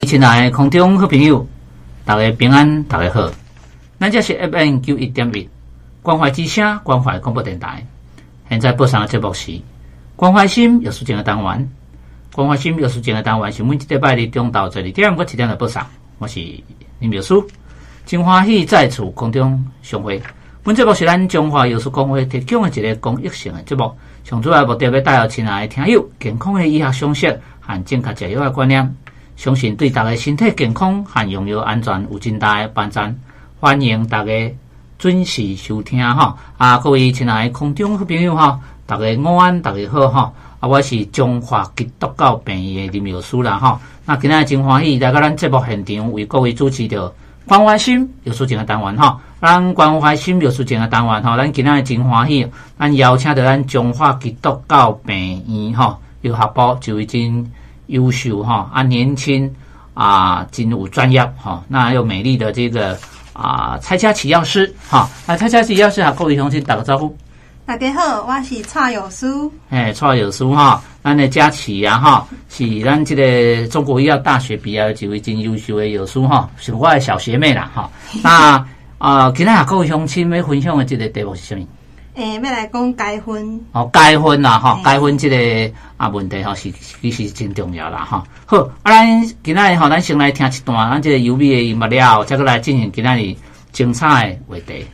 亲爱的空中好朋友，大家平安，大家好。咱这是 FM91.1关怀之声关怀广播电台。现在播送的节目是关怀心有事情的单元。关怀心有事情的单元是每一礼拜日中到12点到7点来播送。我是林秘书，真欢喜再次空中相会。本节目是咱中华有事公会提供的一个公益性的节目，上主要目的要带予亲爱的听友健康的医学常识和正确食药的观念。相信对大家身体健康和用药安全有真大的帮助，欢迎大家准时收听哈！各位亲爱的空中好朋友哈，大家午安，大家好哈！我是中华基督教病院的林药师啦哈。那今日真欢喜来到咱节目现场为各位主持着关怀心有事情的单元哈。咱关怀心有事情的单元哈，咱今日真欢喜，咱邀请到咱中华基督教病院哈药学部就已经优秀哈年轻真有专业哈，那又美丽的这个蔡佳琪药师哈，蔡佳琪药师各位乡亲打个招呼。 大家好，我是蔡药师。 蔡药师哈，咱的佳琪哈，是咱这个中国医药大学毕业的一位真优秀的药师哈，是我的小学妹啦哈。那今日各位乡亲要分享的这个题目是什么？ 要来讲解婚。 解婚啦哈，解婚这个问题哈是其实真重要啦哈。好，咱今仔日咱先来听一段咱这个优美的音乐了，再过来进行今仔日精彩的话题。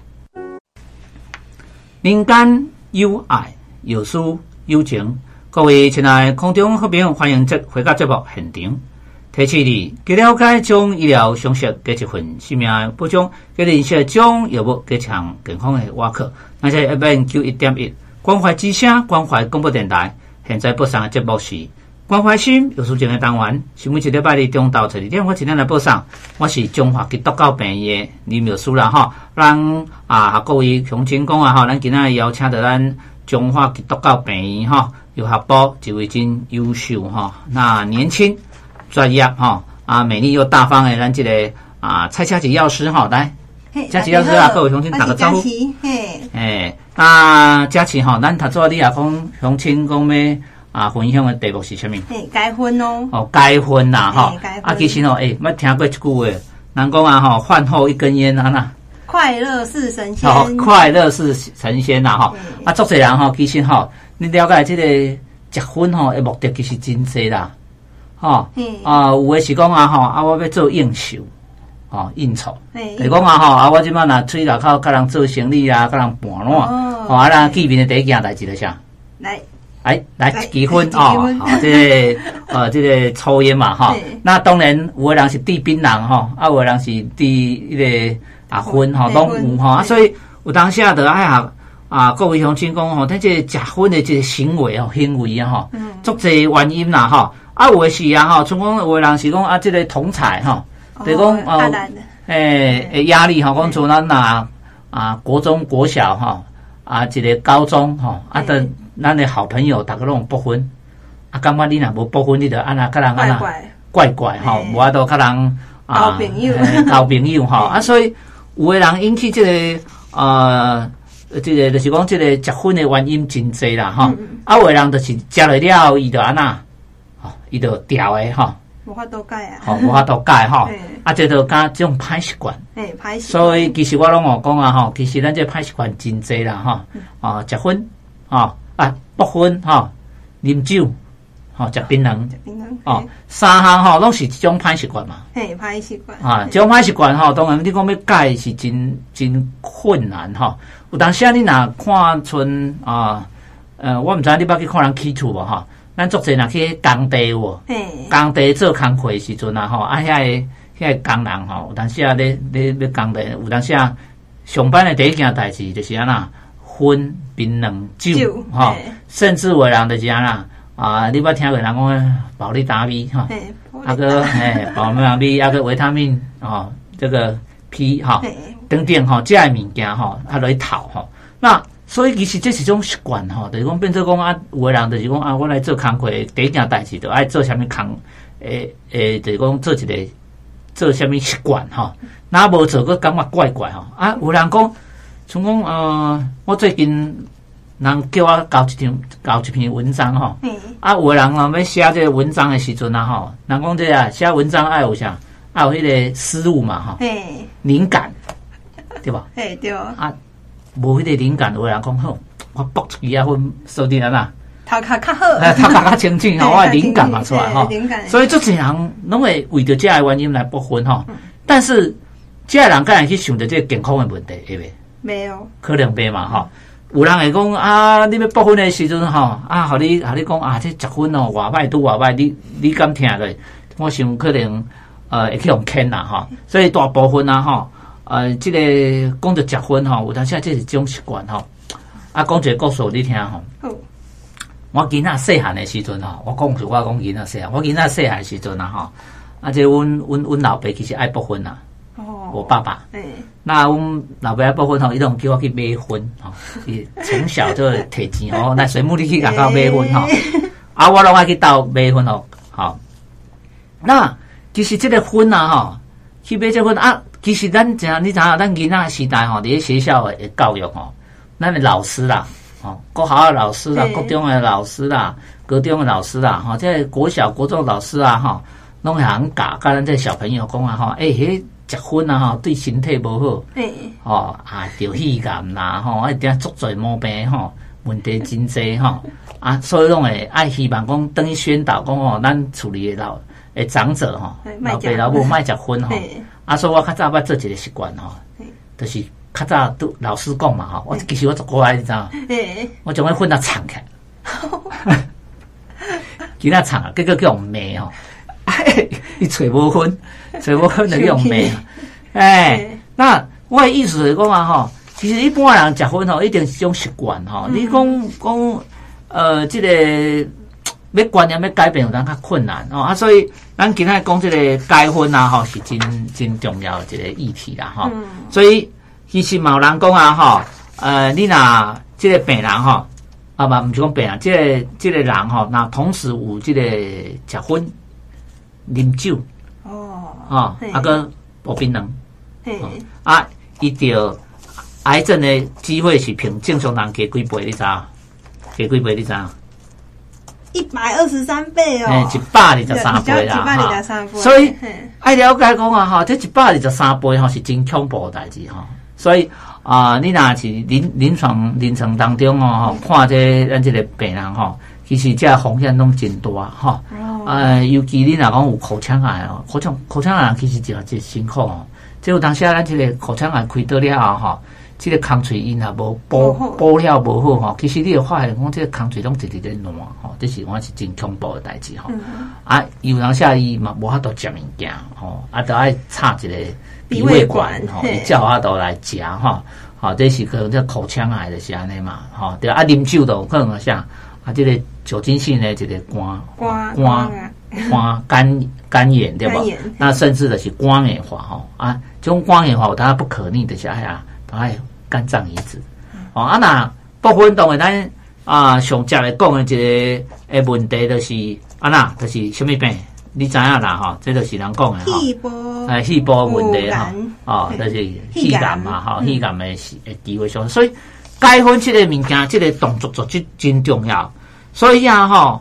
人间有爱，有事有情。各位亲爱的空中好朋友，欢迎回到节目现场。提醒你，给了解将医疗常识给一份生命的保障，给认识将药物给强健康的挖克。那是 FM91.1关怀之声关怀广播电台。现在播送的节目是关怀心有事情的单元，是每一礼拜日中到12点到7点来播送。我是中华基督教病院的林药师啦哈。咱各位乡亲讲哈，咱今仔邀请到咱中华基督教病院哈药学部一位真优秀哈，那年轻。专业哈美丽又大方的咱这个蔡佳琪药师哈，来，佳琪药师各位乡亲打个招呼。那佳琪哈，咱头早你也讲乡亲讲要分享的题目是什么？ 解婚哦。 解婚啦哈。其实捌听过一句话，人讲饭后一根烟呐。 快乐是神仙。 快乐是神仙啦哈。足侪人其实你了解这个结婚的目的其实真多啦。有的是讲我要做应酬，应酬。是讲我即摆若出入口甲人做生意啊，甲人盘烂，咱见面的第一件代志就是啥？来结婚这个抽烟嘛那当然有的人是递槟榔有的人是递迄个婚拢有所以有当时就爱各位乡亲讲咱这结婚的这个行为足侪原因啦有的是像讲有的人是讲这个同侪就是讲压力讲像咱国中国小一个高中咱的好朋友大家拢不婚感觉你若无不婚，你就甲人怪无法度甲人交朋友所以有的人引起这个这个就是讲这个结婚的原因真多啦有的人就是结了伊就伊就调的无法度改无法度改这就甲这种歹习惯歹习惯。 所以其实我拢讲其实咱这歹习惯真多啦结婚不婚啉酒食槟榔三项拢是一种歹习惯嘛歹习惯这种歹习惯当然你讲要改是真困难有当时你若看像我毋知你捌去看人起厝无咱足侪若去工地有工地做工课的时阵遐个工人有当时咧工地有当时上班的第一件代志就是薰槟榔酒甚至有人就是你捌听过人讲保利达 V 个保利达 V 个维他命这个 P 等等这些物件来讨那所以其实这是一种习惯就是讲变做讲有的人就是讲我来做工课第一件代志就爱做啥物工就是讲做啥物习惯那无做个感觉怪怪有人讲像讲我最近人叫我交一篇文章吼，啊，有个人若要写这个文章的时阵啊吼，人讲这啊写文章爱有啥，爱有迄个思路嘛吼，灵感，对吧？ 对啊， 无迄个灵感，有个人讲好，我搏出去啊份，说定安那。 头壳较好， 头壳较清醒吼，我的灵感嘛出来吼，所以足侪人拢会为着这个原因来不分吼。但是这个人敢会去想着这个健康的问题，会袂？ 没有， 可能袂嘛吼。有人会讲啊，你要不分的时阵吼，啊，互你讲啊，这食薰哦，偌歹拄偌歹，你敢听咧？我想可能会去用牵啦吼。所以大部分啊吼，这个讲着食薰吼，有当时这是一种习惯吼。啊，讲一个故事你听吼。我囡仔细汉的时阵吼，我讲囡仔细汉，我囡仔细汉的时阵啊吼，啊，这阮老爸其实爱不分啦。我爸爸，那阮老爸爱不分吼，伊拢叫我去买薰吼，伊从小就摕钱吼，来水母里去甲到买薰吼，啊，我拢爱去斗买薰吼，好。那其实这个薰啊吼，去买这薰啊，其实你知影，咱囡仔时代吼，伫咧学校的教育吼，咱的老师啦。国校的老师啦，国中的老师啦，高中的老师啦，哈，这国小、国中老师啊，哈，拢会很教咱这小朋友讲啊，哈，迄食薰啊，哈，对身体无好，得肺癌啦，一定足侪毛病吼，问题真济吼，所以拢会爱希望讲，等于宣导讲咱处理的长者吼，老爸老母莫食薰吼，所以我较早捌做一个习惯吼，就是。较早都老师讲嘛吼，其实我做乖，你知道？我将迄薰啊藏起来，囡仔藏啊，结果叫用骂吼，伊找无薰就用骂。那我的意思是讲啊吼，其实一般人食薰吼，一定是一种习惯吼。你讲这个要观念要改变有当较困难哦所以咱今仔讲这个改薰啊吼，是真重要的一个议题啦吼。所以。其实嘛有人讲啊吼，你若这个病人吼，毋是讲病人，这个人吼，那同时有这个食薰、啉酒，个无槟榔，伊着癌症的机会是比正常人加几倍，你知影？加几倍你知影 ？123倍哦 ，123倍啦 ，123倍。 所以爱了解讲啊吼，这123倍吼是真恐怖的代志吼。所以你若是临床当中吼，看咱这个病人吼，其实这风险拢真大吼。尤其你若讲有口腔癌哦，口腔癌其实真辛苦哦。即有当时咱这个口腔癌开刀了后吼，这个空喙因也无保了无好吼，其实你会发现讲这个空喙拢直直咧烂吼，这是我是真恐怖的代志吼。有当时伊嘛无法度食物件吼，都爱插一个。鼻胃管吼，伊照都来食吼，这是可能这口腔癌的是安尼嘛，对啉酒都可能像这个酒精性的这个肝炎对吧？那甚至的是肝硬化吼这种肝硬化有它不可逆的下都爱肝脏移植那部分当然咱上食来讲的一个问题就是就是什么病？你知影啦吼，这就是人讲的吼，细胞问题吼，就是肺癌嘛吼，肺癌的机会上，所以改薰这个物件，这个动作真重要。所以吼，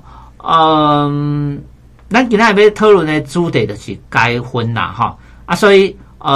咱今仔要讨论的主题就是改薰啦吼，所以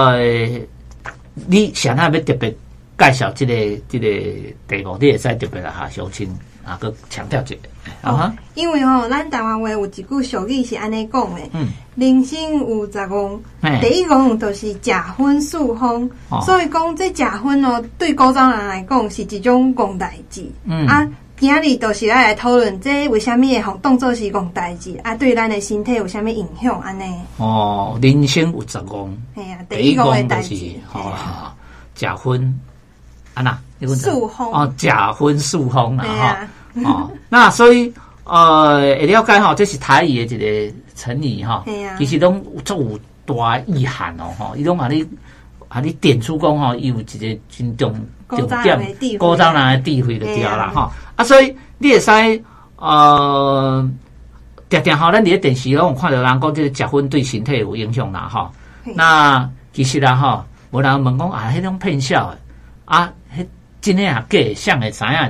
你现在要特别介绍这个题目，你会使特别来详亲佮强调一下。 因为咱台湾话有一句俗语是安尼讲的，人生有10讲，第一讲就是食薰束风，所以讲这食薰对古早人来讲是一种讲代志。今日就是来讨论这为虾米会当作是讲代志对咱的身体有虾米影响安尼？ 人生有10讲， 第一讲的代志， 食薰束风食薰束风啦那所以会了解这是台语的一个成语其实拢有大意涵伊拢你点出讲伊有一个真重点，古早人的智慧就对啦所以你会使常常咱伫咧电视拢有看到人讲这个食薰对身体有影响啦那其实无人问讲迄种骗笑的迄真诶假的，谁会知影对无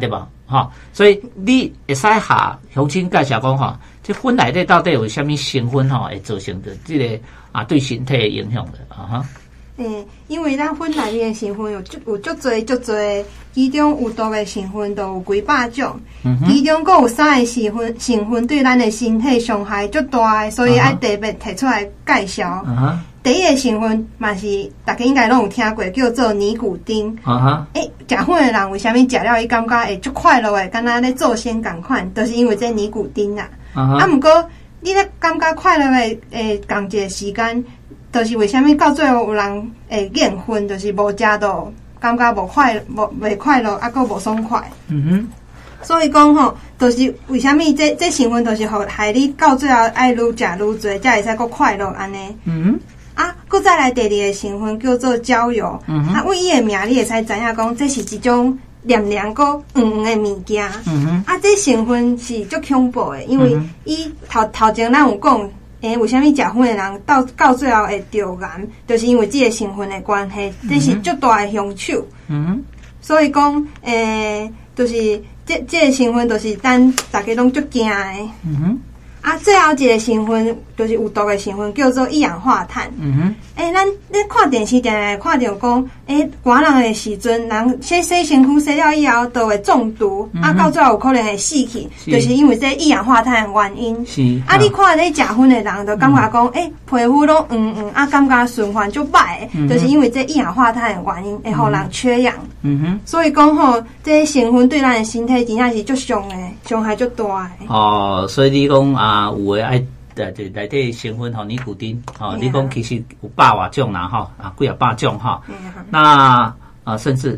所以你会使下乡亲介绍讲这薰内底到底有啥物成分会造成的这个对身体的影响的因为咱薰内面的成分有足多，其中有毒的成分都有几百种，其中佫有3个成分对咱的身体伤害足大的，所以爱特别提出来介绍。第一个成分嘛是大家应该拢有听过，叫做尼古丁。食薰的人为虾米食了伊感觉会足快乐的，敢若咧做仙共款，都是因为这尼古丁啦。毋过你咧感觉快乐的共一个时间，就是为虾米到最后有人会厌薰，就是无食到，感觉袂快乐，佫无爽快。所以讲就是为虾米这成分就是害你到最后爱愈食愈多，才会使佫快乐安尼。佫再来第二个成分叫做焦油。为伊的名你会使知影讲，这是一种黏黏佫黄的物件。这成分是足恐怖的，因为伊头前咱有讲。为虾米食薰的人到最后会着癌，就是因为这个成分的关系，这是足大的凶手。所以讲，就是这个成分，就是咱大家拢足惊的。最后一个成分就是有毒的成分，叫做一氧化碳。咱咧看电视定会看到讲，寒人的时阵，人洗身躯洗了以后，都会中毒，到最后有可能会死去，就是因为这一氧化碳的原因。你看咧食薰的人，就感觉讲，皮肤拢黄，感觉循环足歹，就是因为这一氧化碳的原因，会互人缺氧。所以讲这成分对咱的身体真正是足伤的，伤害足大的。 所以你讲有诶爱。就内底成分尼古丁你讲其实有百外种啦几啊百种那甚至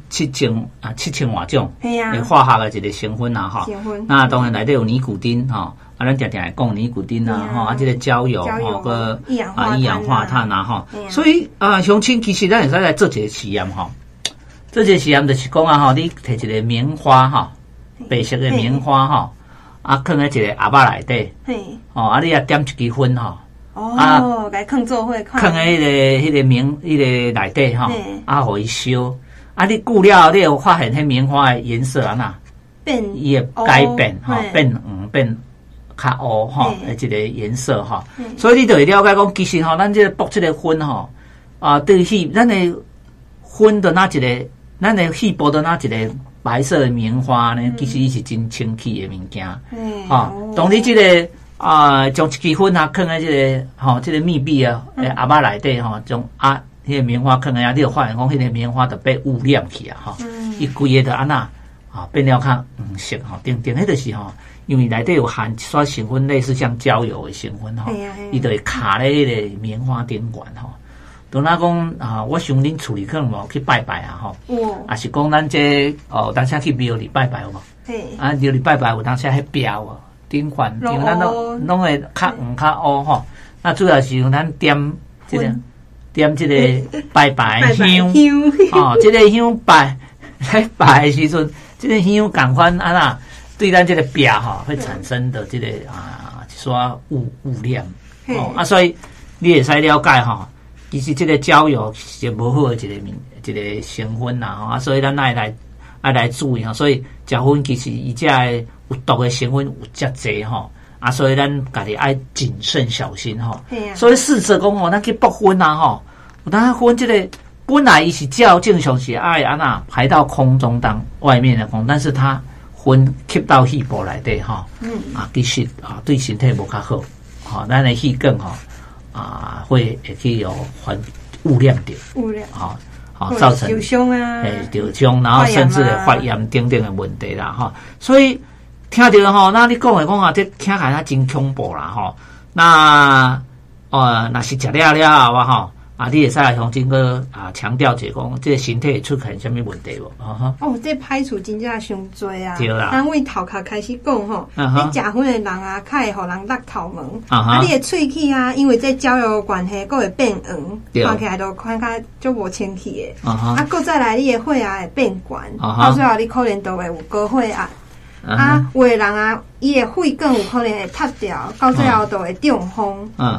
7000外种化学的一个成分那当然内底有尼古丁咱常常会讲尼古丁这个焦油个一氧化碳所以乡亲其实咱会使来做一个实验做一个实验就是讲你摕一个棉花白色的棉花放在一个盒仔内底，你也点一支薰甲放做伙， 放在迄个内底互伊烧，你久了你会发现迄棉花的颜色变，伊会改变变黄变较乌一个颜色所以你就会了解讲，其实咱这个剥这个薰对咱的薰的一个，咱的细胞的一个。白色的棉花呢，其实伊是真清气的物件。当你这个将一支薰放在这个密闭盒仔内底将迄个棉花放在你就发现讲，迄个棉花就被污染去伊规个就安那变了较黄色顶，迄就是因为内底有含一撮成分，类似像焦油的成分伊就会卡咧迄个棉花顶管就那讲我想恁厝里可能无去拜拜也是讲咱这当下去庙里拜拜有无？庙里拜拜有当下迄标顶管，因为咱拢会较黄较乌那主要是用咱点这个拜拜香这个香拜的时阵，这个香共款对咱这个标会产生的这个一撮污染所以你会使了解其实这个焦油是无好的一个成分所以咱爱来注意所以食薰其实伊这有毒的成分有遮济所以咱家己爱谨慎小心所以试着讲咱去剥薰有当薰这个本来伊是照正常是爱排到空中当外面的风，但是它薰吸到细胞内底其实对身体无较好咱的气管会去污染造成受伤受伤，然后甚至发炎等等的问题啦所以听到那你讲的讲这听起来真恐怖啦那若是食了后你会使来乡亲个强调者讲，这个身体会出现什么问题无？ 这歹处真正伤多对啦。 咱为头壳开始讲你食薰的人较会互人落头毛。你的喙齿因为这焦油的关系，佫会变黄，看起来都看起足无清气的。佫再来，你的血压会变悬，到最后你可能都会有高血压。有的人伊的肺管有可能会塌掉，到最后都会中风。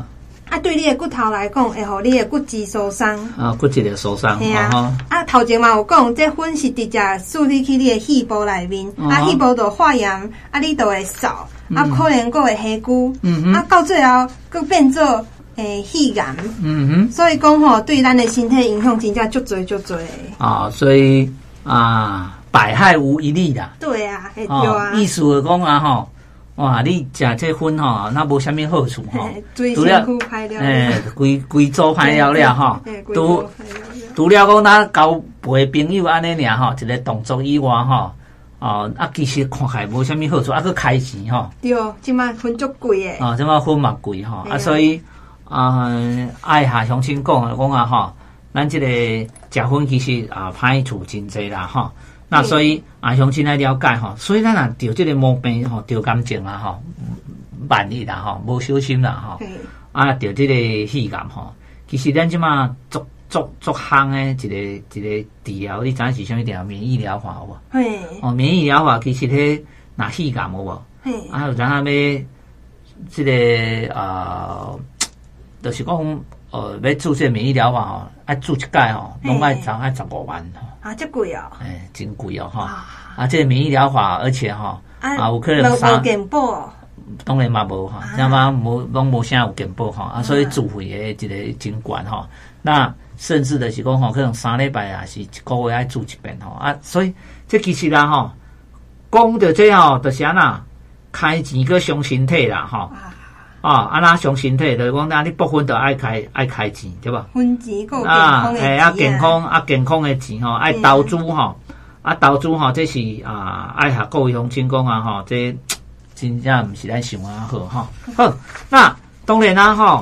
啊，对你的骨头来讲，会互你的骨质受伤。 骨质的受伤。 系啊。头前嘛有讲，这粉是直接输入去你的细胞内面，细胞就发炎，你就会燥，可能佫会下骨，到最后佫变做肺癌。所以讲吼，对咱的身体影响真正足多。 所以百害无一利啦。 对啊，对啊。 意思就讲吼。哇！你食这粉吼，那无啥物好处吼， 除了规组歹了了吼，除了讲咱交陪朋友安尼尔吼，一个动作以外吼，其实看起来无啥物好处，佫开钱吼。 对，即摆粉足贵诶。 即摆粉嘛贵吼，所以爱下乡亲讲吼，咱即个食粉其实歹处真济啦吼。那所以乡亲来了解吼，所以咱若得这个毛病吼，得感情吼，万一啦吼，无小心啦吼，得这个肺癌吼，其实咱即马足夯诶一个治疗，你知影是啥物治疗？免疫疗法有无？免疫疗法其实迄若肺癌有无？有知影要这个就是讲要注射免疫疗法吼，爱注一届吼，拢爱15万吼。 这贵哦！ 真贵哦哈！这个免疫疗法，而且哈有可能无健保， 当然嘛无哈，那么拢无啥有健保哈，所以自费的一个真悬哈。那甚至的是讲吼，可能3礼拜是1个月爱住一遍吼所以这其实啦吼，讲到这吼，就是安那开钱去伤身体啦吼。安那伤身体，就是讲，你部分都爱开钱，对吧？ 分钱够健康的钱健康的钱吼，爱投资吼，投资吼，这是爱下各位乡亲讲吼，这真正毋是咱想好吼。好，那当然啦吼，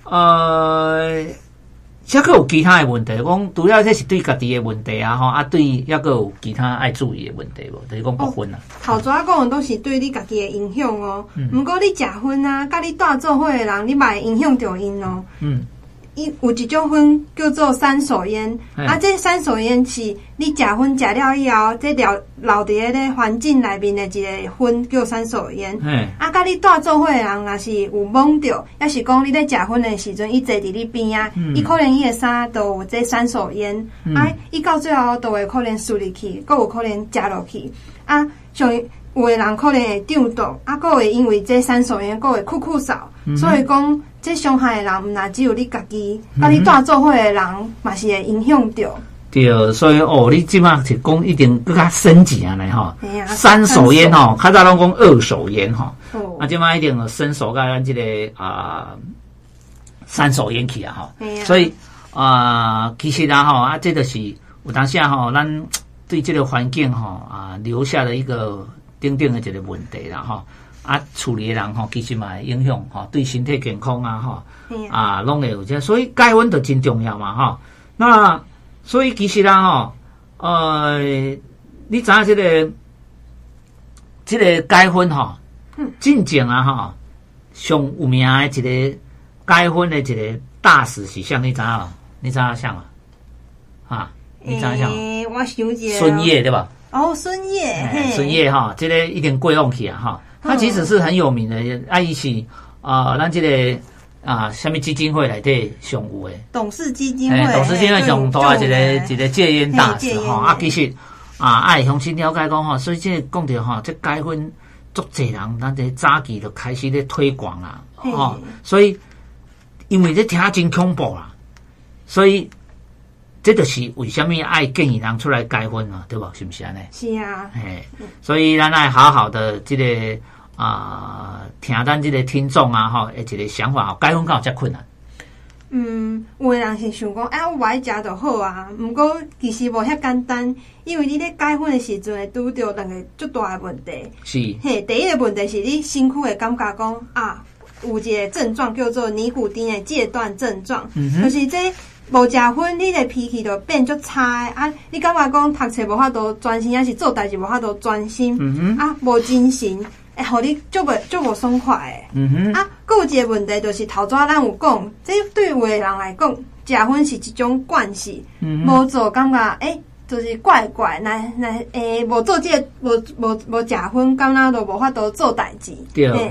还佫有其他的问题，讲除了这是对家己的问题吼，对还佫有其他爱注意的问题无？就是讲部分头先讲都是对你家己的影响不过你食粉甲你带做伙的人，你嘛会影响到因有一种粉叫做三手烟，这三手烟是你食粉食了以后，这留伫咧环境内面的一个粉叫三手烟。甲你带做伙的人，若是有懵着，也是讲你咧食粉的时阵，伊坐伫你边伊可能伊的衫都有这三手烟，伊到最后都会可能输入去，佫有可能食落去。像有的人可能会中毒，佫会因为这三手烟，佫会酷嗽，所以讲。这伤害的人，毋若只有你家己，甲你带做伙的人，嘛是会影响到。 对，所以你即马是讲一定更加升级安尼吼。三手烟吼，较早拢讲二手烟吼。即马一定伸手到咱这个三手烟去吼。所以其实吼这就是有当时吼，咱对这个环境吼留下了一个顶的一个问题啦吼。处理的人吼，其实嘛会影响吼，对身体健康拢会有这，所以钙粉就真重要嘛吼。那所以其实吼，你知影这个钙粉吼，真正吼，上有名的一个钙粉的一个大使是啥？你知影？你知影啥啊？你知影啥？ 我想一下， 孙叶对吧？ 孙叶， 孙叶哈，这个一定过往去哈。他其实是很有名的，伊是咱这个什么基金会内底上有诶， 董事基金会， 董事基金会上大一个戒烟大使吼。其实爱乡亲了解讲吼，所以这讲到吼，这钙粉足侪人，咱这早期就开始咧推广啦，所以因为这听真恐怖啦，所以这就是为什么爱建议人出来钙粉啊，对吧？是不是安尼？ 是啊， 所以咱爱好好的这个听咱这个听众的一个想法，钙粉敢有遮困难？ 有的人是想讲，我不爱食就好不过其实无遐简单，因为你咧钙粉的时阵会拄到两个足大的问题。 是， 第一个问题是你身躯会感觉讲有一个症状叫做尼古丁的戒断症状，就是这。无食粉，你的脾气就变足差的你感觉讲读册无法度专心，还是做代志无法度专心无精神，会互你足无爽快的佫有一个问题就是头早咱有讲，这对有的人来讲，食粉是一种惯势，无做感觉就是怪怪，无做这个无食粉，敢若都无法度做代志。 对。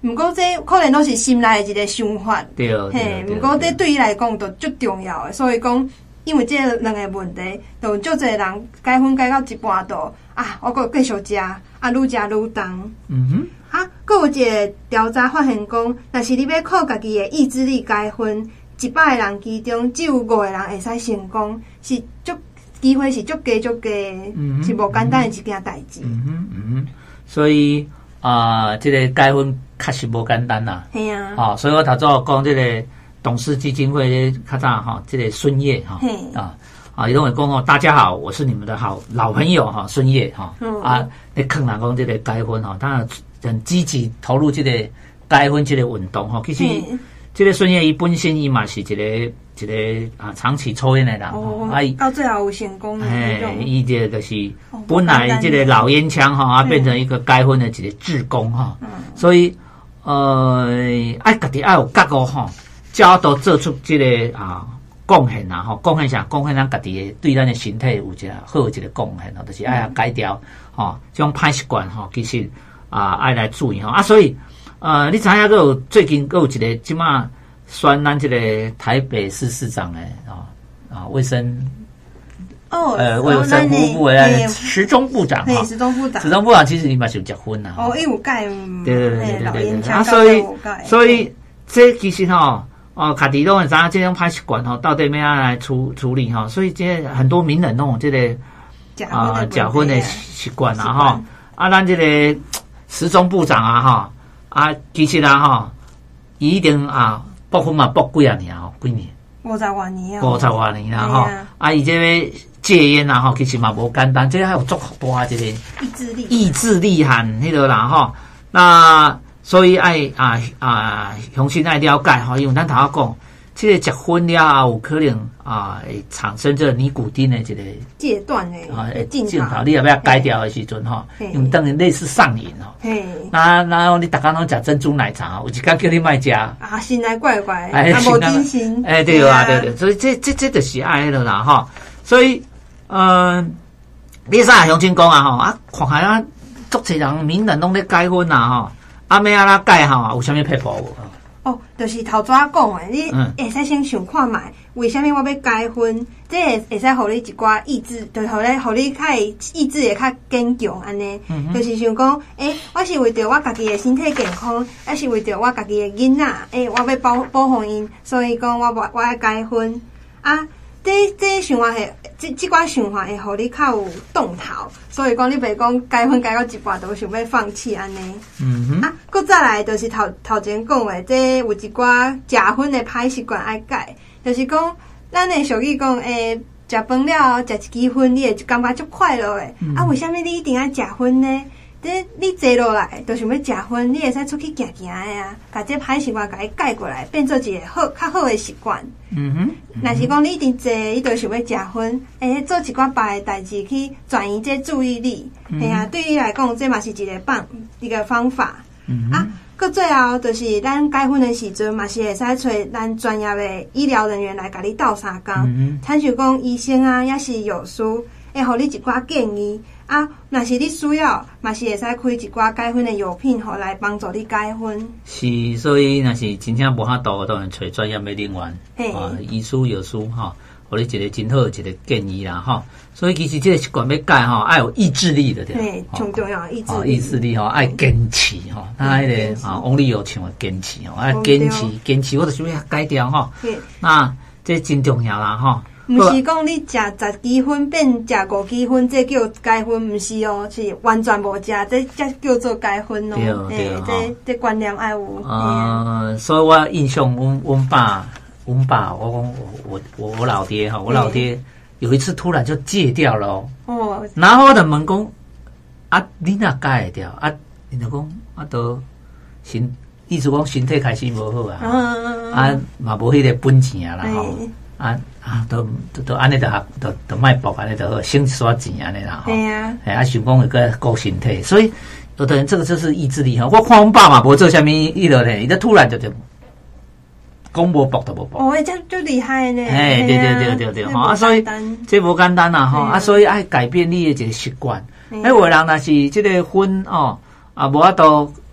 毋过这可能都是心内的一个想法， 对，嘿， 毋过这对伊来讲都足重要的，所以讲，因为这两个问题，就足侪人解婚解到一半度啊，我搁继续食，啊，愈食愈重。啊，搁有一个调查发现讲，若是你要靠家己的意志力解婚，100个人其中只有5个人会使成功，是机会是足低，是无简单的一件代志。 所以这个解婚确实无简单啦。 系啊。 所以我头早讲这个董事基金会较早这个孙烨伊拢会讲大家好，我是你们的好老朋友孙烨你坑人讲这个解婚他很积极投入这个解婚这个运动其实这个孙烨伊本身伊嘛是一个长期抽烟的人到最后有成功的那种。 伊这就是本来这个老烟枪变成一个解婚的一个志工所以家己要有觉悟才都做出这个贡献贡献啥？贡献咱家己的对咱的身体有一个好一个贡献就是爱改掉这种歹习惯其实爱来注意所以你知影有最近有一个即马选咱这个台北市市长的卫生卫生服务部的时中部长时中部长其实伊嘛是有结婚啦因为有改对所以这其实家己拢会知影这种歹习惯到底要来处理所以这很多名人拢有这个假婚的习惯咱这个时中部长其实伊一定结婚嘛结几啊年几年 50多年 50多年啦伊这个戒烟其实嘛无简单，这个还有足大这个意志力和迄个啦那所以爱重新爱了解因为咱头仔讲这个结婚了有可能会产生这尼古丁的这个戒断的镜头， 你要改掉的时阵因为等于类似上瘾那你大家拢食珍珠奶茶有一天叫你莫食心内怪怪无精神对，所以这就是爱了啦所以你啥乡亲讲看下足侪人名人拢咧结婚要安怎改有啥物撇步就是头早讲的，你会使先想看觅，为虾米我要结婚？这会使互你一寡意志，就互你较意志会较坚强安尼。就是想讲，我是为着我家己的身体健康，还是为着我家己的囡仔？我要保护因，所以讲我要结婚这想法系这款想法会互你较有动头，所以讲你袂讲结婚结到一半都想要放弃安尼。搁再来就是头前讲的，这有一寡食薰的歹习惯爱改，就是讲咱的俗语讲食饭了食一支薰，你会感觉足快乐的。为虾米你一定要食薰呢？你坐落来，就想要食薰，你会使出去行行的把这歹习惯甲伊改过来，变做一个较好的习惯。若是讲你一定坐，你就想要食薰，做一寡别的代志去转移这注意力。对你来讲，这嘛是一个方法。搁最后就是咱结婚的时阵，嘛是会使找咱专业的医疗人员来甲你斗相共，参像讲医生也是药师，会互你一寡建议。若是你需要，嘛是会使开一寡结婚的药品，互来帮助你结婚。 是，所以若是真正无法度，当然找专业的人员，医师、药师互你一个真好一个建议啦所以其实这个习惯要改爱有意志力的对。 最重要意志力爱坚持那迄个only 有唱的坚持坚持，我就是要改掉那这真重要啦毋是讲你食10支薰变食5支薰，这叫结婚，毋是是完全无食，这叫做结婚对，这观念爱有。 所以我印象，阮爸，我讲我老爹我老爹有一次突然就戒掉了然后我就问讲你哪戒会掉你就讲都意思讲身体开始无好嘛无迄个本钱啦都安尼都卖搏安尼都好，省一撮钱安尼啦想讲有个顾身体，所以有的人这个就是意志力我看阮爸嘛无做啥物意落咧，伊就突然就讲无搏都无搏这就厉害呢对所以这无简单啦所以爱改变你的一个习惯有的人若是这个婚无法度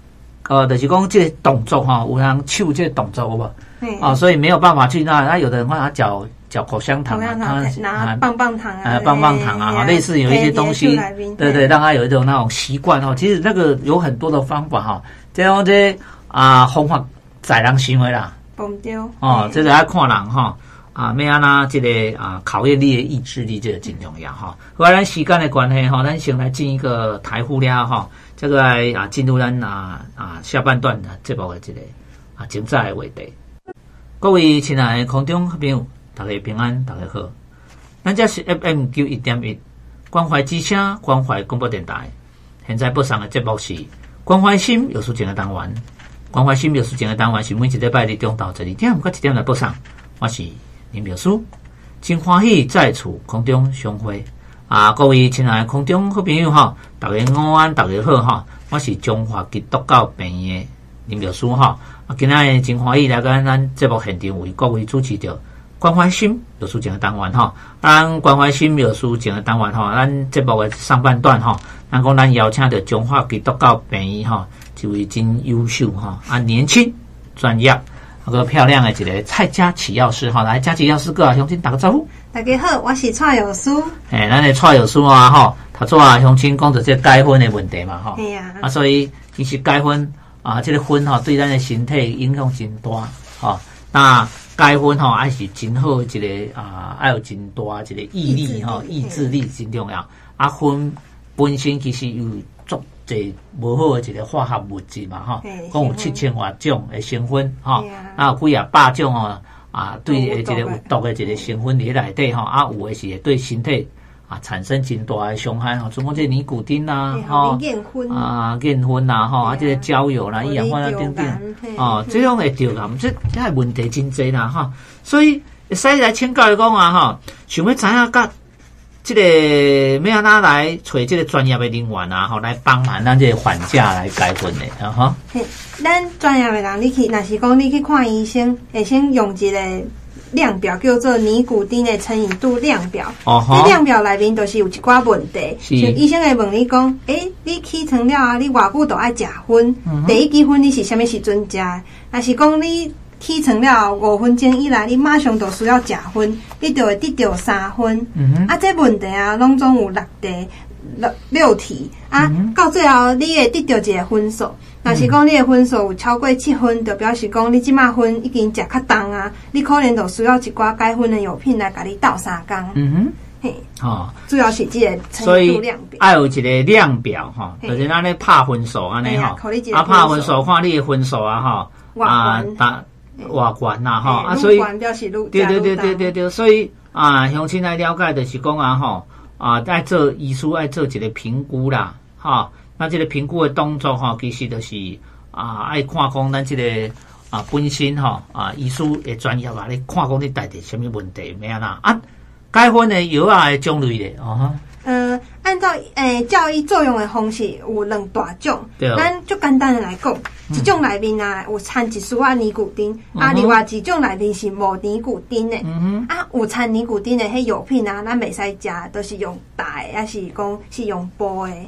就是讲这个动作哈，有人手这个动作有无？所以没有办法去那有的人会拿嚼口香糖啊， 拿棒棒糖啊， 棒棒糖啊，类似有一些东西，对，让他有一种那种习惯哦。其实那个有很多的方法哈，这样方法宰人行为啦，这个要看人哈。要安那这个考验你的意志力，这个真重要哈。好，咱时间的关系哈，咱先来进一个台呼了哈，这个来进入咱下半段的节目的这个精彩的话题。各位亲爱的空中朋友，大家平安，大家好。咱这是 FM91.1关怀之声关怀广播电台。现在播送的节目是关怀心有事情的单元。关怀心有事情的单元是每一礼拜日中到12点到1点来播送。我是林秘书，真欢喜在厝空中相会各位亲爱的空中好朋友哈，大家午安，大家好哈，我是中华基督教病院的林秘书哈。今仔真欢喜来跟咱节目现场为各位主持着关怀心有事情的单元哈。咱关怀心有事情的单元哈，咱节目的上半段哈，咱讲咱邀请着中华基督教病院哈，一位真优秀哈年轻专业。个漂亮的一个蔡佳琪药师哈，来佳琪药师各位乡亲打个招呼。 大家好，我是蔡药师。 咱的蔡药师哈，他做乡亲讲着这改婚的问题嘛哈。 系啊。 所以其实改婚这个婚哈，对咱的身体影响真大哈。那改婚哈，还是真好一个要有真大一个毅力哈，意志力真重要。婚本身其实有足侪无好的一个化学物质嘛哈，讲有7000多种的成分哈，有几百种对一个有毒的一个成分伫内底哈，有的是对身体产生真大的伤害哈，像讲这尼古丁啦哈，厌婚啦哈，这个交友啦，一氧化碳等等这种会着啊，这问题真侪啦哈，所以会使来请教讲哈，想要知影甲这个要安那来找这个专业的人员来帮忙咱这个患者来改婚的哈。 咱专业的人，你去，若是讲你去看医生，会先用一个量表叫做尼古丁的成瘾度量表。这量表内面就是有一寡问题，像医生会问你讲，你起床了你偌久都爱食薰？第一支薰你是啥物时阵食？若是讲你起床了5分钟以内，你马上就需要食薰，你就会得到3分。这问题拢总有6题到最后你会得到一个分数。若是讲你的分数有超过7分，就表示讲你即马薰已经食较重你可能就需要一寡改薰的药品来甲你斗3工。主要是这个成瘾度量表， 要有一个量表哈，就是咱咧拍分数安尼哈，拍分数看你的分数偌悬啦哈，所以对，所以乡亲来了解就是讲爱做医师爱做一个评估啦哈，那这个评估的动作其实就是爱看讲咱这个本身医师的专业你看讲你带着什么问题咩啦改婚的药的种类咧按照教育作用的方式有2大种，咱就简单的来讲，一种内面有掺一丝尼古丁，另外一种内面是无尼古丁的，有掺尼古丁的迄药品咱袂使食，都是用打的，还是讲是用煲的，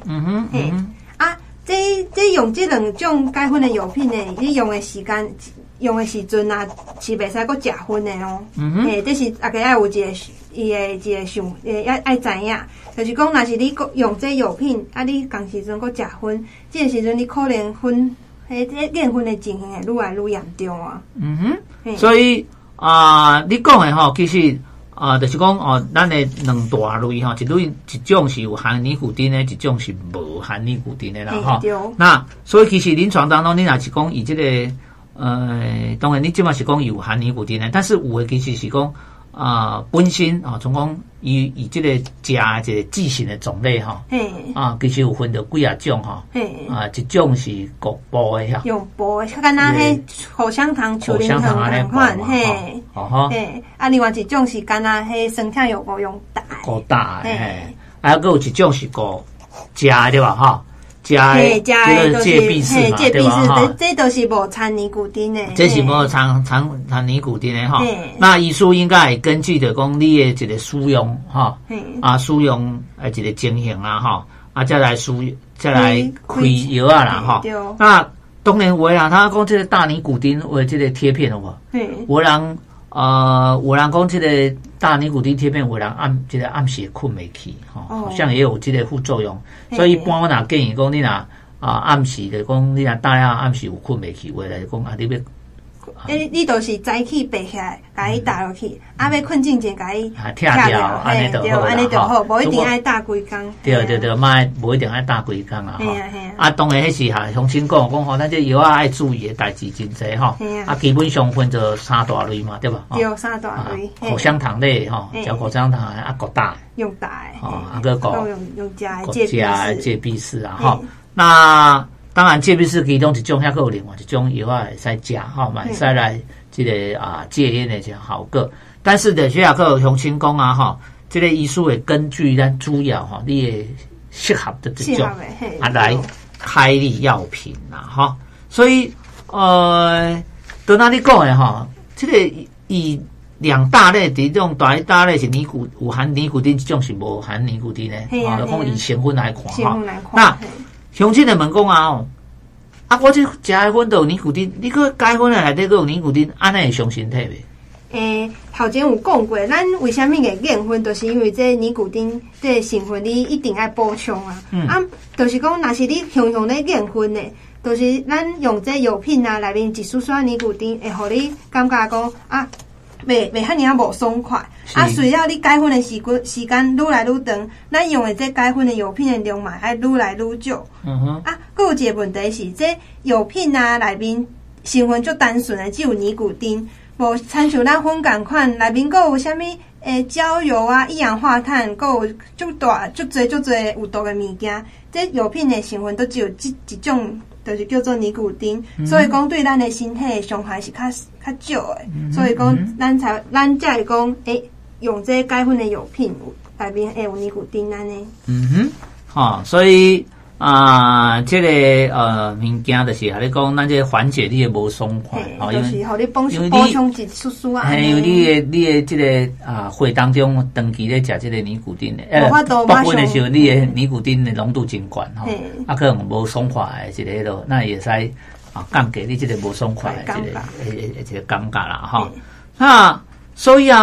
这用这2种改婚的药品呢，你用的时阵是袂使搁食薰的哦。这是大家要有一个想爱知影，就是讲，若是你用这药品，你同时阵搁食薰，这个时阵你可能这厌薰的情形会愈来愈严重所以你讲的其实就是讲咱的2大类一种是有含尼古丁的，一种是无含尼古丁的啦那所以其实临床当中，你若是讲以这个当然你即马是讲有含尼古丁的，但是有的其实是讲本身从讲以这个食这个剂型的种类其实有分着几种一种是国煲的用煲的，敢若迄口香糖、树林糖同款另外一种是敢若迄酸痛药膏用打的还有一种是食的对吧食的就是戒必适嘛，对吧？ 这都是无掺尼古丁的， 这是无掺尼古丁的那医师应该会根据着讲你的一个使用使用一个情形再来开药啦那当然有啦，他讲这个大尼古丁为这个贴片有无？有人有人讲这个大尼古丁贴片，有人暗时困袂去，好像也有这个副作用。所以一般我若建议讲你若暗时就讲你若大家暗时有困袂去，话来讲你要。 你就是早起爬起来，甲伊搭落去，要困进前甲伊拆掉，安尼就好，无一定爱搭规工。 对，无一定爱搭规工啊！当然迄是乡亲讲咱这药爱注意的代志真侪吼。基本上分做三大类嘛，对吧？ 对，三大类。 口香糖类吼，嚼口香糖国大用大的， 个用加戒必适啊吼。那当然，戒必适其中一种，还有另外一种药啊，会使食吼，嘛会使来这个戒烟的这好个。但是的，也有乡亲讲啊吼，这个医师会根据咱主要吼，你的适合的这种来开立药品啦吼。所以在哪里讲的吼，这个以两大类，这种大类是有含尼古丁，这种是无含尼古丁的，讲以成分来看哈。那乡亲的问讲我这食的粉都有尼古丁，你个解粉的内底个有尼古丁，安尼会伤身体袂？头前有讲过，咱为虾米会验粉，就是因为这尼古丁这成分你一定要补充啊。就是讲，若是你常常咧验粉的，就是咱用这药品内面一丝丝尼古丁，会互你感觉讲袂遐尔无爽快。随了你解粉的时间愈来愈长，咱用的这解粉的药品的量嘛，爱愈来愈少。还有一个问题是，这药品内面成分足单纯的，只有尼古丁，无参像咱粉共款，内面还有啥物焦油一氧化碳，还有足侪有毒的物件。这药品的成分都只有一种。就是叫做尼古丁，所以讲对咱的身体的伤害是较少的，所以讲咱才会讲，用这解粉的药品内面会有尼古丁安尼。 所以这个物件就是和你讲，咱这缓解你的无爽快， 就是互你补充一丝丝啊。 因为你的这个血当中长期咧食这个尼古丁的，部分的时候你的尼古丁的浓度真高吼，可能无爽快的一个咯，那也使降低你这个无爽快的这个感觉啦吼。那所以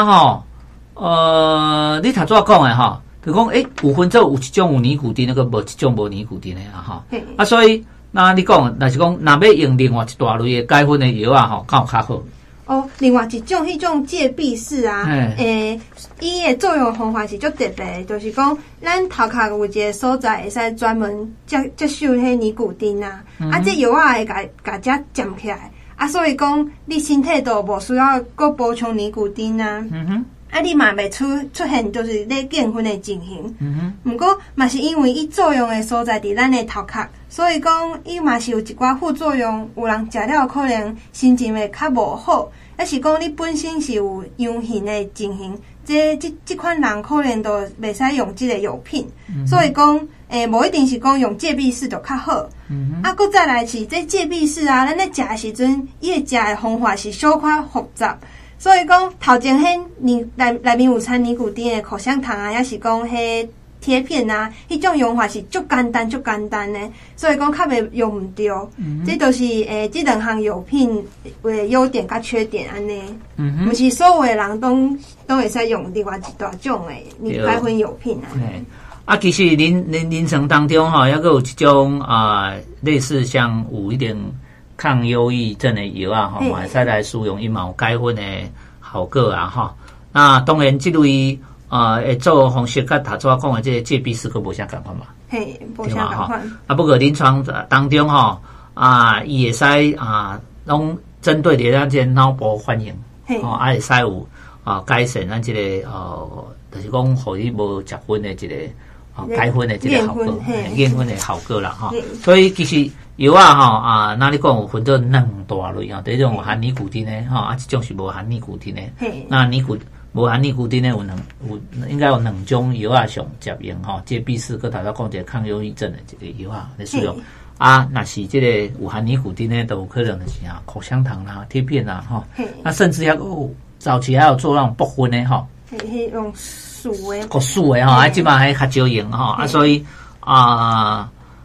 你头先讲的吼。就讲有分做有一种有尼古丁，无一种无尼古丁的所以那你讲，若是讲若要用另外一大类的解粉的药敢有较好？ 另外一种迄种戒必适伊的作用方法是足特别，就是讲咱头壳有一个所在会使专门接受迄尼古丁这药会甲遮占起来所以讲你身体都无需要搁补充尼古丁你嘛袂出现就是咧减粉的情形。不过嘛是因为伊作用的所在伫咱的头壳，所以讲伊嘛是有一寡副作用。有人食了可能心情会较无好，还是讲你本身是有忧郁的情形，这款人可能都袂使用这个药品。所以讲无一定是讲用戒必适就较好。搁再来是这戒必适咱咧食的时阵，伊的食的方法是小可复杂。所以讲头前迄内面有掺尼古丁的口香糖也是讲迄贴片迄种用法是足简单的，所以讲较袂用唔对。这都是这两项药品的优点甲缺点安尼。不是所有的人都会使用另外一大种的解粉药品其实临床当中还佫有一种类似像有一点抗忧郁症的药嘛会使来使用，伊嘛有解粉的效果那当然这类会做方式甲头先讲的这个戒必适佫无啥共款嘛， 无啥共款。 不过临床当中伊会使拢针对着咱这脑部反应会使有改善咱这个就是讲互你无食粉的这个解粉的这个效果，验粉的效果啦所以其实药哪里讲有分做两大类第一种有含尼古丁的一种是无含尼古丁的。那无含尼古丁的应该有两种药上接用戒必适跟头先讲一个抗忧郁症的这个药来使用若是这个有含尼古丁的，都有可能是口香糖啦、贴片啦那甚至早期还有做那种薄粉的迄种素的即嘛还较少用所以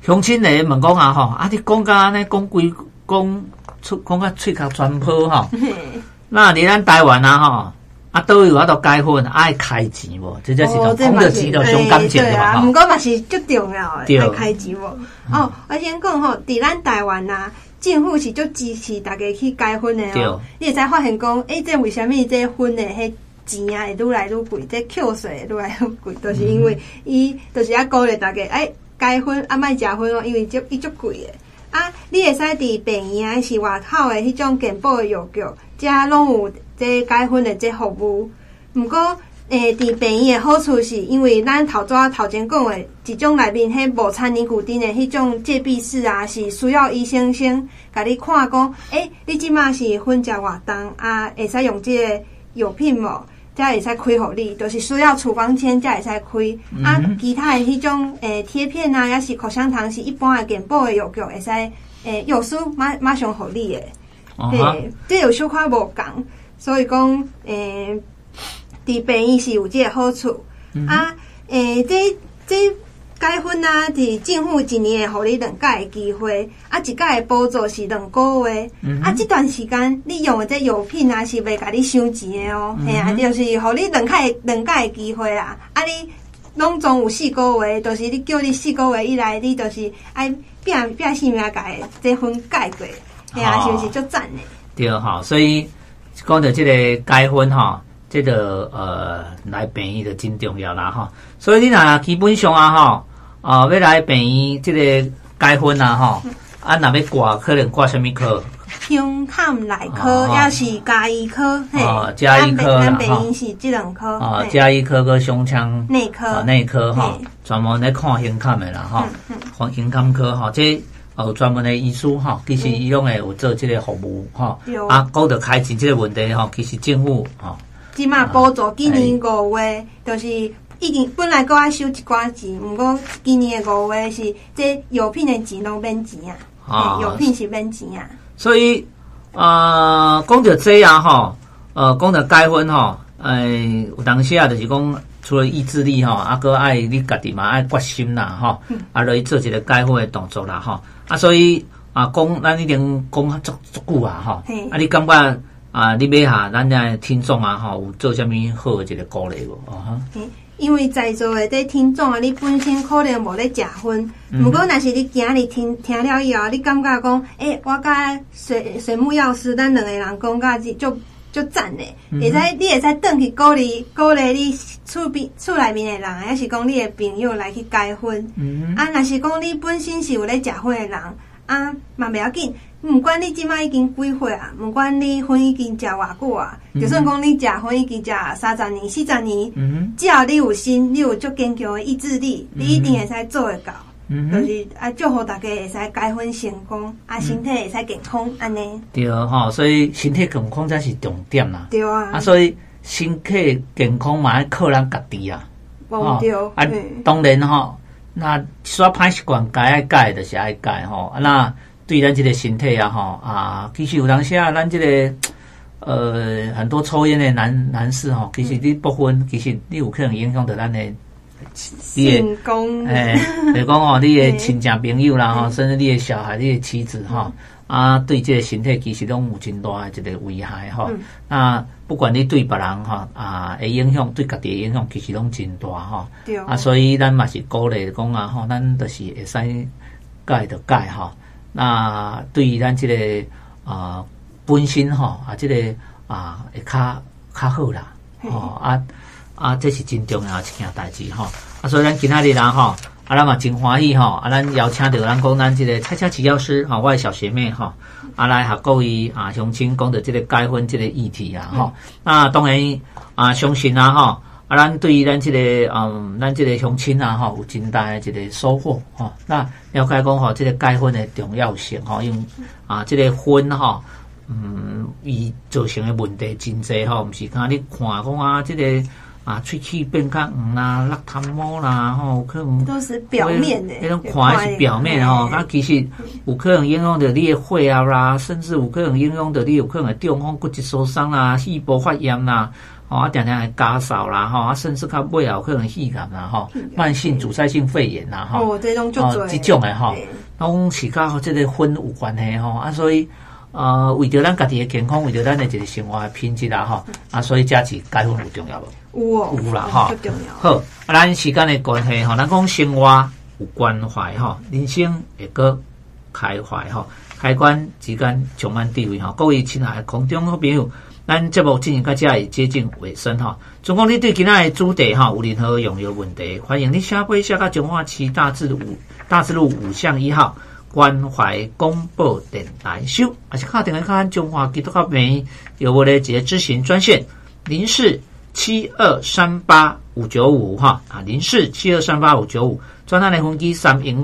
乡亲嚟问讲啊吼，啊你讲甲安尼讲规讲甲喙角全破吼。那伫咱台湾啊吼，啊都有法度结婚，爱开钱无？这就是讲到钱就伤感情的嘛。 毋过嘛是最重要的，爱开钱无？哦，我先讲吼，伫咱台湾啊，政府是足支持大家去结婚的哦。你会使发现讲，这为虾米这婚的迄钱啊会愈来愈贵，这扣税愈来愈贵，就是因为伊就是要鼓励大家结婚啊，莫结婚哦，因为伊足贵的。啊，你会使伫病院是外口的迄种健保的药局，遮拢有这结婚的这服务。毋过，伫病院的好处是因为咱头前讲的一种内面迄无参尼古丁的迄种戒闭室啊，是需要医生先甲你看讲，你即马是婚食偌重啊，会使用这个药品无？才会使开互你，就是需要处方签才会使开。啊，其他的迄种贴片啊，也是口香糖，是一般的健保的药局会使药师马上互你的。这有小可无共，所以讲伫病院是有这个好处。啊，这结婚啊，是政府一年会互你2届的机会，啊，1届的补助是2个月，啊，这段时间你用的这药品啊是袂甲你收钱的哦，嘿啊，就是互你2届的机会啦，啊，你拢总有4个月，就是你叫你4个月以来，你就是爱拼性命甲这婚解过，嘿啊，是不是足赞的？ 对吼，所以讲到这个结婚吼，这个来病院就真重要啦吼，所以你若基本上啊吼。要来病院这个结婚啊吼，啊若要挂可能挂什么科？ 胸坎内科，要是家医科， 家医科咱病院是这2科。 家医科跟胸腔内科， 内科吼，专门咧看胸坎的啦吼，看胸坎科吼，这有专门的医师吼，其实伊拢会有做这个服务吼。啊，讲到开钱这个问题吼，其实政府吼， 即马补助今年5月就是。已经本来搁爱收一寡钱，毋过今年的5月是这药品的钱拢免钱啊，药品是免钱啊。 所以讲到这样吼，讲到结婚吼，有当时啊，就是讲除了意志力吼，啊，搁爱你家己嘛爱决心啦吼，啊，落去做一个结婚的动作啦吼，啊，所以讲咱已经讲足久啊吼，啊，你感觉你买下咱的听众啊吼，有做啥物好的一个鼓励无？ 因为在座的这听众啊，你本身可能无咧结婚，不过若是你今日听了以后，你感觉讲，我甲水木药师咱2个人讲甲就赞的，你会使转去鼓励你厝内面的人，也是讲你的朋友来去结婚。啊，若是讲你本身是有咧结婚的人，啊，嘛袂要紧。毋管你即摆已经几岁啊，毋管你婚已经食偌久啊，就算讲你食婚已经食30年、40年，只要你有心，你有足坚强的意志力，你一定会使做得到。就是祝福大家会使结婚成功，身体会使健康安尼。 对吼，所以身体健康才是重点啦。 对啊。 所以身体健康嘛要靠咱家己啊。 对。 当然吼，那耍歹习惯该爱改就是爱改吼，那。对咱这个身体啊，其实有当时啊，咱这个很多抽烟的男士吼，其实你不婚，其实你有可能影响到咱的成功。 就是讲吼，你的亲戚朋友啦吼，甚至你的小孩、你的妻子吼，对这个身体其实拢有真大的一个危害吼。那不管你对别人吼的影响，对家己的影响，其实拢真大吼。 对。 所以咱嘛是鼓励讲吼，咱就是会使改就改吼。那对于咱这个本身吼这个会较好啦，这是真重要一件代志吼。所以咱今仔日人吼，咱嘛真欢喜吼，咱邀请到咱讲咱这个蔡佳琪药师吼，我的小学妹吼，来和各位乡亲讲到这个结婚这个议题啊吼。那当然相信吼。咱对于咱这个咱这个乡亲吼，有真大的一个收获吼。那了解讲吼，这个结婚的重要性吼，因为这个婚吼，伊造成的问题真济吼，毋是讲你看讲这个喙齿变较黄啦，落痰毛啦，吼，可能都是表面的， 迄种看是表面吼，啊，其实有可能影响到你的血压啦，甚至有可能影响到你有可能中风、骨质疏松啦、细胞发炎啦。啊，常常会咳嗽啦，啊，甚至较尾有可能肺癌啦，慢性阻塞性肺炎啦， 这种就多， 这种的拢是甲这个烟有关系啊，所以为着咱家己的健康，为着咱的一个生活品质啦，所以加持戒烟有重要无？有啦， 最重要。 好，咱时间的关系咱讲生活有关怀人生会个开怀开关之间充满智慧各位亲爱的空中好朋友。咱节目进行到这里接近尾声如果你对今仔的主题有任何用药问题，欢迎你写杯写到中华区大智路5巷1号关怀公报电台收，还是打电话看中华基督教病有我的一个咨询专线04723855950472385595，专案的分机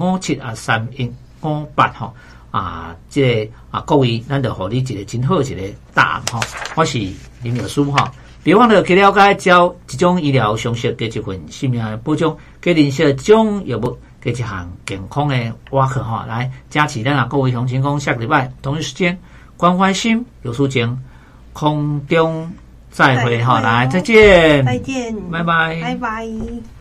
31573158各位，咱就互你一个真好一个答案我是林药师别忘了去了解交一种医疗常识，加一份性命的保障，加认识一种药物，加一项健康的挖课来加持咱各位同情讲下个礼拜同一时间关怀心有书情空中再会来再见， 再见， 拜拜， 拜拜。